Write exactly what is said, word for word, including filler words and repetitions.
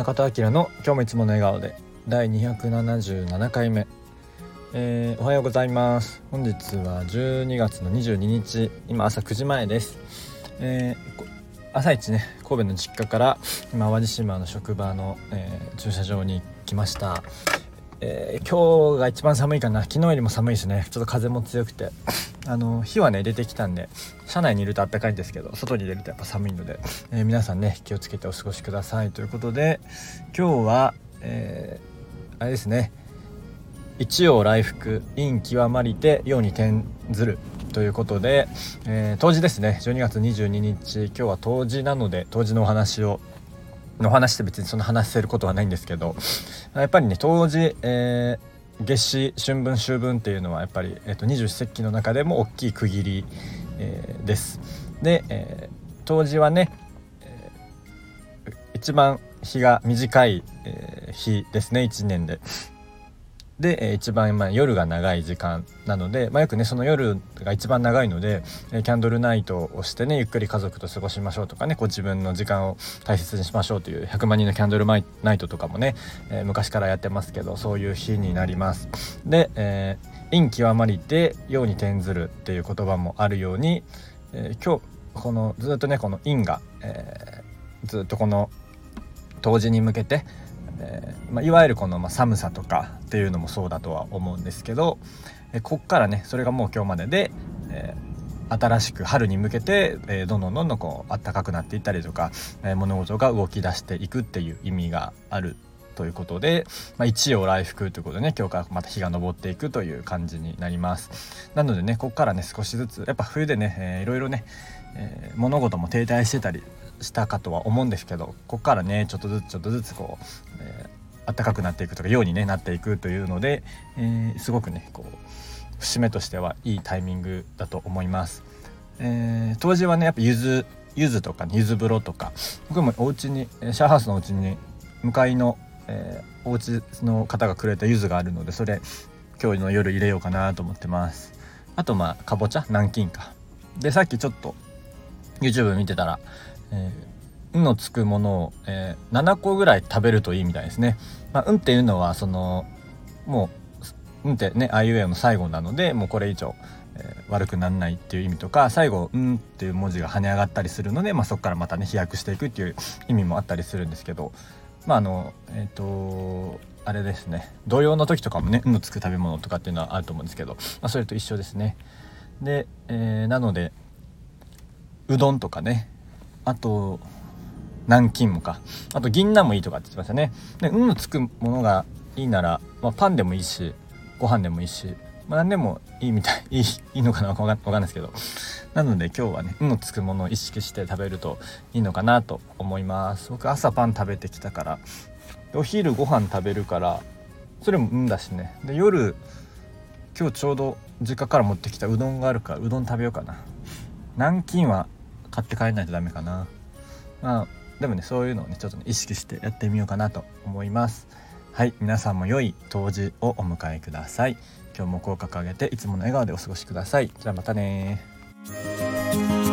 中田明の今日もいつもの笑顔でだいにひゃくななじゅうななかいめ、えー、おはようございます。本日はじゅうにがつのにじゅうににち、今朝くじまえです。えー、朝一ね、神戸の実家から今淡路島の職場の、えー、駐車場に来ました。えー、今日が一番寒いかな。昨日よりも寒いですね。ちょっと風も強くてあの火はね出てきたんで、車内にいると暖かいんですけど、外に出るとやっぱ寒いので、えー、皆さんね気をつけてお過ごしくださいということで、今日は、えー、あれですね、一陽来復陰極まりて陽に転ずるということで、えー、冬至ですね。じゅうにがつにじゅうににち、今日は冬至なので、冬至のお話をの話って別にそんな話せることはないんですけど、やっぱりね冬至、えー、夏至、春分、秋分っていうのはやっぱり、えー、と二十四節気の中でも大きい区切り、えー、です。で、えー、冬至はね、えー、一番日が短い、えー、日ですね、いちねんで。で、えー、一番、まあ、夜が長い時間なので、まあ、よくねその夜が一番長いので、えー、キャンドルナイトをしてね、ゆっくり家族と過ごしましょうとかね、こう自分の時間を大切にしましょうというひゃくまんにんのキャンドルナイトとかもね、えー、昔からやってますけど、そういう日になります。で、えー、陰極まりて陽に転ずるっていう言葉もあるように、えー、今日このずっとねこの陰が、えー、ずっとこの冬至に向けて、えーまあ、いわゆるこの、まあ、寒さとかっていうのもそうだとは思うんですけど、えー、こっからねそれがもう今日までで、えー、新しく春に向けて、えー、どんどんどんどんこう暖かくなっていったりとか、えー、物事が動き出していくっていう意味があるということで、まあ、一陽来復ということでね、今日からまた日が昇っていくという感じになります。なのでね、こっからね少しずつやっぱ冬でね、えー、いろいろね、えー、物事も停滞してたりしたかとは思うんですけど、ここからねちょっとずつちょっとずつこう、えー、暖かくなっていくとか陽に、ね、なっていくというので、えー、すごくねこう節目としてはいいタイミングだと思います。えー、当時はねやっぱ柚子柚子とか、ね、柚子風呂とか、僕もお家にシャーハウスのお家に向かいの、えー、お家の方がくれた柚子があるので、それ今日の夜入れようかなと思ってます。あとまあかぼちゃ、南京かで、さっきちょっと YouTube 見てたら、えー、んのつくものを、えー、ななこぐらい食べるといいみたいですね。まあ、うんっていうのはそのもううんってねあいうえおの最後なので、もうこれ以上、えー、悪くならないっていう意味とか、最後うんっていう文字が跳ね上がったりするので、まあ、そこからまたね飛躍していくっていう意味もあったりするんですけど、まああのえっ、ー、とあれですね、童謡の時とかもねんのつく食べ物とかっていうのはあると思うんですけど、まあ、それと一緒ですね。で、えー、なのでうどんとかね、あと南京もか、あと銀杏もいいとかって言ってましたね。で、うんのつくものがいいなら、まあ、パンでもいいしご飯でもいいし、まあ、何でもいいみたいいいいいのかな、わかんないですけど、なので今日はねうんのつくものを意識して食べるといいのかなと思います。僕朝パン食べてきたから、お昼ご飯食べるからそれもうんだしね。で夜今日ちょうど実家から持ってきたうどんがあるから、うどん食べようかな。南京は買って帰らないとダメかな。まあでもねそういうのをねちょっと、ね、意識してやってみようかなと思います。はい、皆さんも良い冬至をお迎えください。今日も口角上げていつもの笑顔でお過ごしください。じゃあまたね。